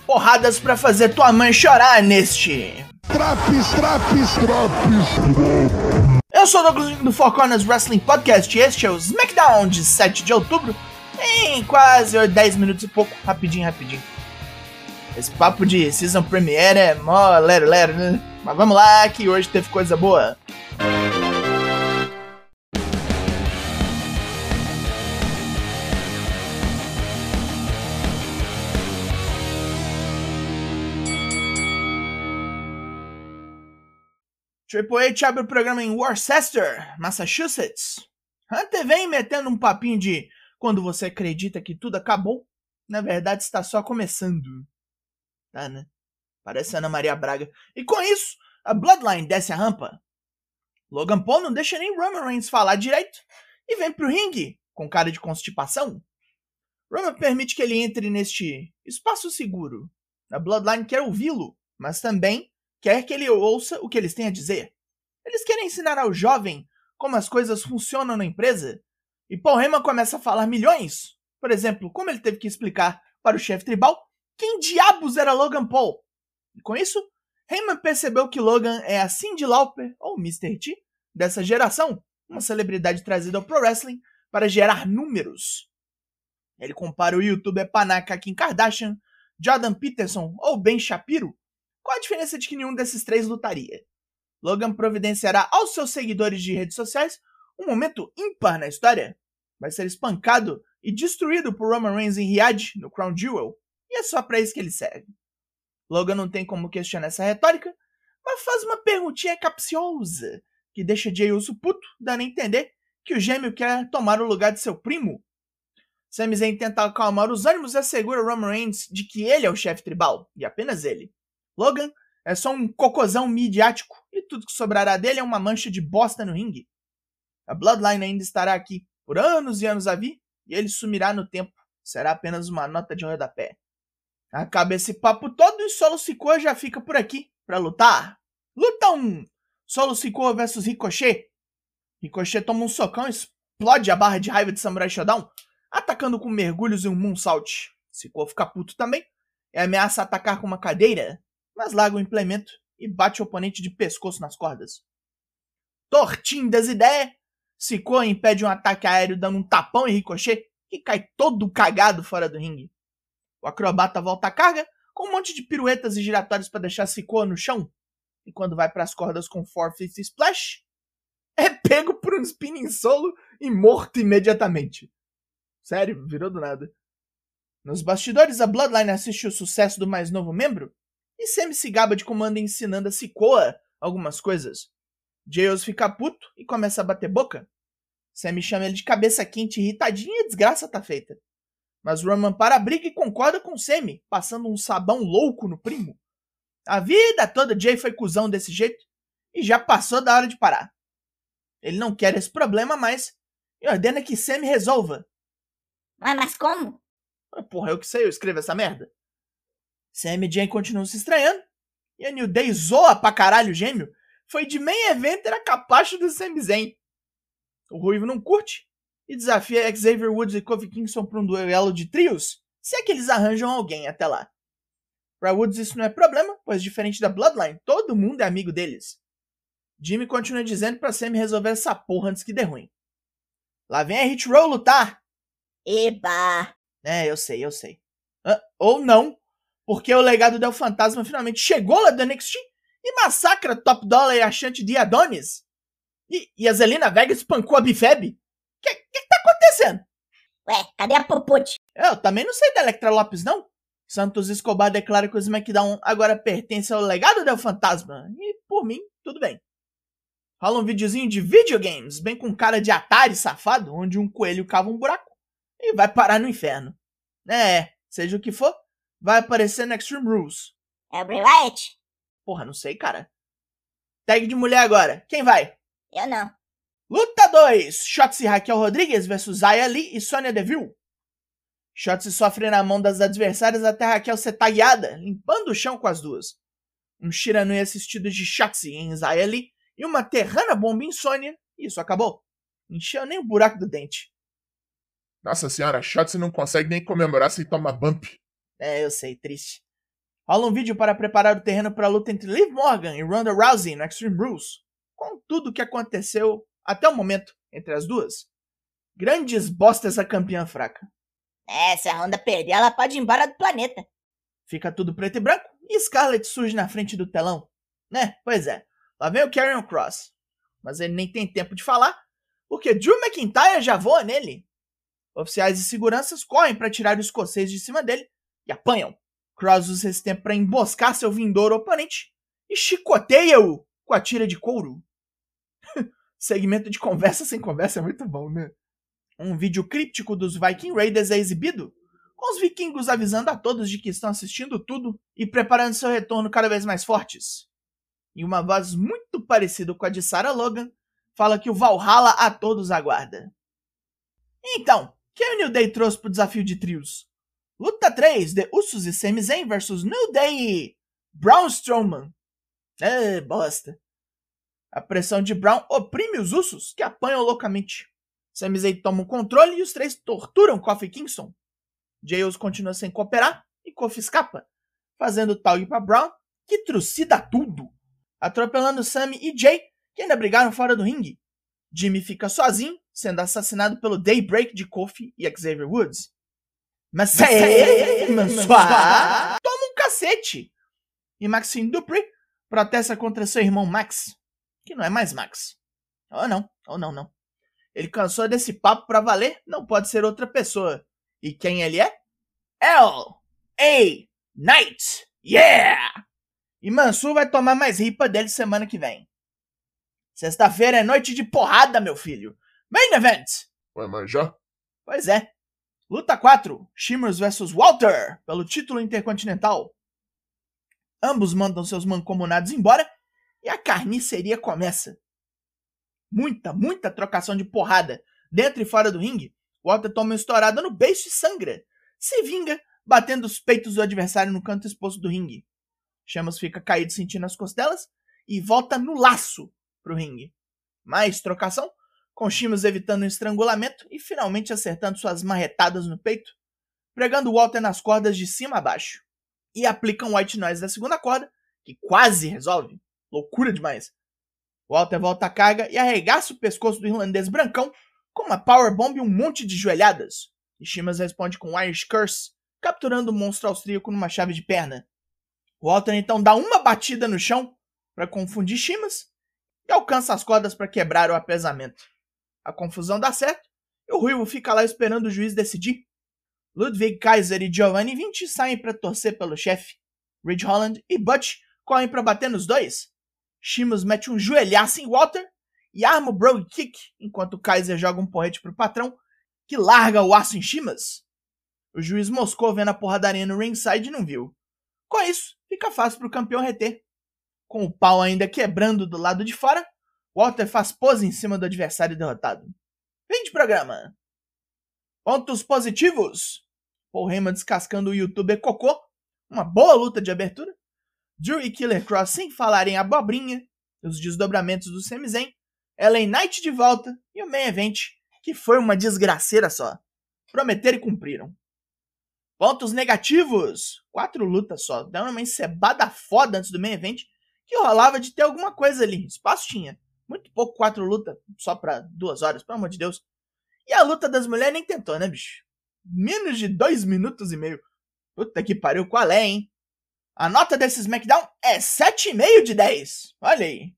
porradas pra fazer tua mãe chorar neste... Traps. Eu sou o Douglas do Four Corners Wrestling Podcast e este é o SmackDown de 7 de outubro, em quase 10 minutos e pouco, rapidinho. Esse papo de Season Premiere é mó lero, né? Mas vamos lá que hoje teve coisa boa. Triple H abre o programa em Worcester, Massachusetts. Hunter vem metendo um papinho de quando você acredita que tudo acabou, na verdade está só começando. Tá, né? Parece Ana Maria Braga. E com isso, a Bloodline desce a rampa. Logan Paul não deixa nem Roman Reigns falar direito e vem pro ringue com cara de constipação. Roman permite que ele entre neste espaço seguro. A Bloodline quer ouvi-lo, mas também quer que ele ouça o que eles têm a dizer. Eles querem ensinar ao jovem como as coisas funcionam na empresa. E Paul Heyman começa a falar milhões. Por exemplo, como ele teve que explicar para o chefe tribal quem diabos era Logan Paul. E com isso, Heyman percebeu que Logan é a Cyndi Lauper, ou Mr. T, dessa geração, uma celebridade trazida ao Pro Wrestling para gerar números. Ele compara o youtuber panaca Kim Kardashian, Jordan Peterson ou Ben Shapiro. Qual a diferença de que nenhum desses três lutaria? Logan providenciará aos seus seguidores de redes sociais um momento ímpar na história. Vai ser espancado e destruído por Roman Reigns em Riyadh, no Crown Jewel. E é só pra isso que ele serve. Logan não tem como questionar essa retórica, mas faz uma perguntinha capciosa, que deixa Jey Uso puto, dando a entender que o gêmeo quer tomar o lugar de seu primo. Sami Zayn tenta acalmar os ânimos e assegura Roman Reigns de que ele é o chefe tribal, e apenas ele. Logan é só um cocôzão midiático e tudo que sobrará dele é uma mancha de bosta no ringue. A Bloodline ainda estará aqui por anos e anos a vir e ele sumirá no tempo. Será apenas uma nota de rodapé. Acaba esse papo todo e Solo Sikoa já fica por aqui pra lutar. Luta 1. Solo Sikoa vs Ricochet. Ricochet toma um socão e explode a barra de raiva de Samurai Shodown, atacando com mergulhos e um moonsault. Sikoa fica puto também e ameaça atacar com uma cadeira, mas larga o implemento e bate o oponente de pescoço nas cordas. Tortinho das ideias, Sikoa impede um ataque aéreo dando um tapão em Ricochet, que cai todo cagado fora do ringue. O acrobata volta à carga, com um monte de piruetas e giratórios para deixar Sikoa no chão, e quando vai para as cordas com 450 Splash, é pego por um spinning solo e morto imediatamente. Sério, virou do nada. Nos bastidores, a Bloodline assiste o sucesso do mais novo membro, e Sami se gaba de como anda ensinando a Sikoa algumas coisas. Jey Uso fica puto e começa a bater boca. Sami chama ele de cabeça quente e irritadinho e a desgraça tá feita. Mas Roman para a briga e concorda com Sami, passando um sabão louco no primo. A vida toda Jey foi cuzão desse jeito e já passou da hora de parar. Ele não quer esse problema mais e ordena que Sami resolva. Mas como? Porra, eu que sei, eu escrevo essa merda. Sami e Jey continuam se estranhando e a New Day zoa pra caralho o gêmeo. Foi de main eventer a capacho do Sami Zayn. O Ruivo não curte e desafia Xavier Woods e Kofi Kingston para um duelo de trios, se é que eles arranjam alguém até lá. Pra Woods isso não é problema, pois diferente da Bloodline, todo mundo é amigo deles. Jimmy continua dizendo pra Sami resolver essa porra antes que dê ruim. Lá vem a Hit Row lutar. Eba! É, eu sei. Ou não, porque o legado del Fantasma finalmente chegou lá do NXT e massacra Top Dollar e a Shanti de Adonis. E a Zelina Vega espancou a Bifeb. Que tá acontecendo? Ué, cadê a Popute? Eu também não sei da Electra Lopes, não. Santos Escobar declara que o SmackDown agora pertence ao legado del Fantasma. E, por mim, tudo bem. Rola um videozinho de videogames, bem com cara de Atari safado, onde um coelho cava um buraco e vai parar no inferno. Seja o que for, vai aparecer no Extreme Rules. É o Bray Wyatt? Porra, não sei, cara. Tag de mulher agora. Quem vai? Eu não. Luta 2. Shotzi Raquel Rodrigues vs Zaya Lee e Sonya Deville. Shotzi sofre na mão das adversárias até Raquel ser tagueada, limpando o chão com as duas. Um Shiranui assistido de Shotzi em Zaya Lee e uma terrana bomba em Sonya, e isso acabou. Encheu nem o buraco do dente. Nossa senhora, Shotzi não consegue nem comemorar sem tomar bump. Eu sei, triste. Rola um vídeo para preparar o terreno para a luta entre Liv Morgan e Ronda Rousey no Extreme Rules, com tudo o que aconteceu até o momento entre as duas. Grandes bostas a campeã fraca. Se a Ronda perder, ela pode ir embora do planeta. Fica tudo preto e branco e Scarlett surge na frente do telão. Pois é, lá vem o Karrion Kross. Mas ele nem tem tempo de falar, porque Drew McIntyre já voa nele. Oficiais de seguranças correm para tirar o escocês de cima dele e apanham. Kross usa esse tempo para emboscar seu vindouro oponente e chicoteia-o com a tira de couro. Segmento de conversa sem conversa é muito bom, né? Um vídeo críptico dos Viking Raiders é exibido, com os vikingos avisando a todos de que estão assistindo tudo e preparando seu retorno cada vez mais fortes. E uma voz muito parecida com a de Sarah Logan fala que o Valhalla a todos aguarda. Então, quem o New Day trouxe pro desafio de trios? Luta 3, The Usos e Sami Zayn vs New Day e Braun Strowman. Bosta. A pressão de Braun oprime os Usos, que apanham loucamente. Sami Zayn toma o controle e os três torturam Kofi Kingston. Jey Uso continua sem cooperar e Kofi escapa, fazendo tag para Braun, que trucida tudo, atropelando Sami e Jey, que ainda brigaram fora do ringue. Jimmy fica sozinho, sendo assassinado pelo Daybreak de Kofi e Xavier Woods. Mas toma um cacete! E Maxine Dupri protesta contra seu irmão Max, que não é mais Max. Oh não. Ele cansou desse papo pra valer, não pode ser outra pessoa. E quem ele é? L.A. Knight! Yeah! E Mansur vai tomar mais ripa dele semana que vem. Sexta-feira é noite de porrada, meu filho. Main Event! Ué, mas já? Pois é. Luta 4, Sheamus vs Walter, pelo título intercontinental. Ambos mandam seus mancomunados embora e a carniceria começa. Muita trocação de porrada dentro e fora do ringue. Walter toma uma estourada no beiço e sangra. Se vinga, batendo os peitos do adversário no canto exposto do ringue. Sheamus fica caído sentindo as costelas e volta no laço pro ringue. Mais trocação, com Sheamus evitando um estrangulamento e finalmente acertando suas marretadas no peito, pregando Walter nas cordas de cima a baixo. E aplica um white noise da segunda corda, que quase resolve. Loucura demais. Walter volta a carga e arregaça o pescoço do irlandês brancão com uma powerbomb e um monte de joelhadas. E Sheamus responde com Irish Curse, capturando o monstro austríaco numa chave de perna. Walter então dá uma batida no chão para confundir Sheamus e alcança as cordas para quebrar o apesamento. A confusão dá certo e o Ruivo fica lá esperando o juiz decidir. Ludwig Kaiser e Giovanni Vinci saem para torcer pelo chefe. Ridge Holland e Butch correm para bater nos dois. Sheamus mete um joelhaço em Walter e arma o Brogue Kick, enquanto Kaiser joga um porrete pro patrão, que larga o aço em Sheamus. O juiz moscou vendo a porradaria no ringside e não viu. Com isso, fica fácil pro campeão reter. Com o pau ainda quebrando do lado de fora, Walter faz pose em cima do adversário derrotado. Fim de programa. Pontos positivos. Paul Heyman descascando o youtuber Cocô. Uma boa luta de abertura. Drew e Killer Kross sem falar em abobrinha. Os desdobramentos do Sami Zayn. LA Knight de volta. E o Main Event, que foi uma desgraceira só. Prometeram e cumpriram. Pontos negativos. 4 lutas só. Deram uma encebada foda antes do Main Event, que rolava de ter alguma coisa ali. Espaço tinha. Muito pouco 4 lutas, só pra 2 horas, pelo amor de Deus. E a luta das mulheres nem tentou, né, bicho? Menos de 2 minutos e meio. Puta que pariu, qual é, hein? A nota desse SmackDown é 7,5 de 10. Olha aí.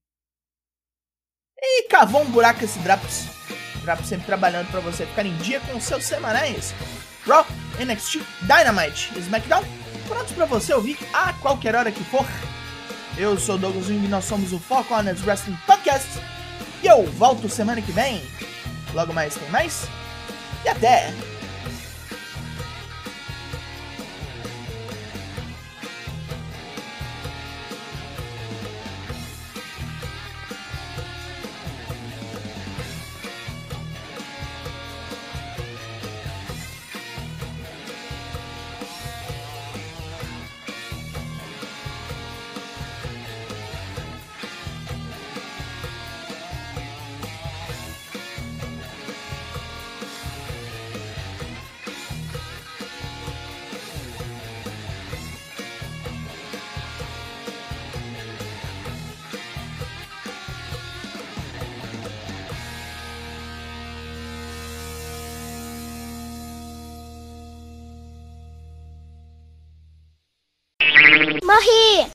E cavou um buraco esse Draps. Draps sempre trabalhando pra você ficar em dia com os seus semanais. Raw, NXT, Dynamite e SmackDown, prontos pra você ouvir a qualquer hora que for. Eu sou o Douglas Wing e nós somos o Four Corners Wrestling Podcast. E eu volto semana que vem. Logo mais tem mais. E até! Morri!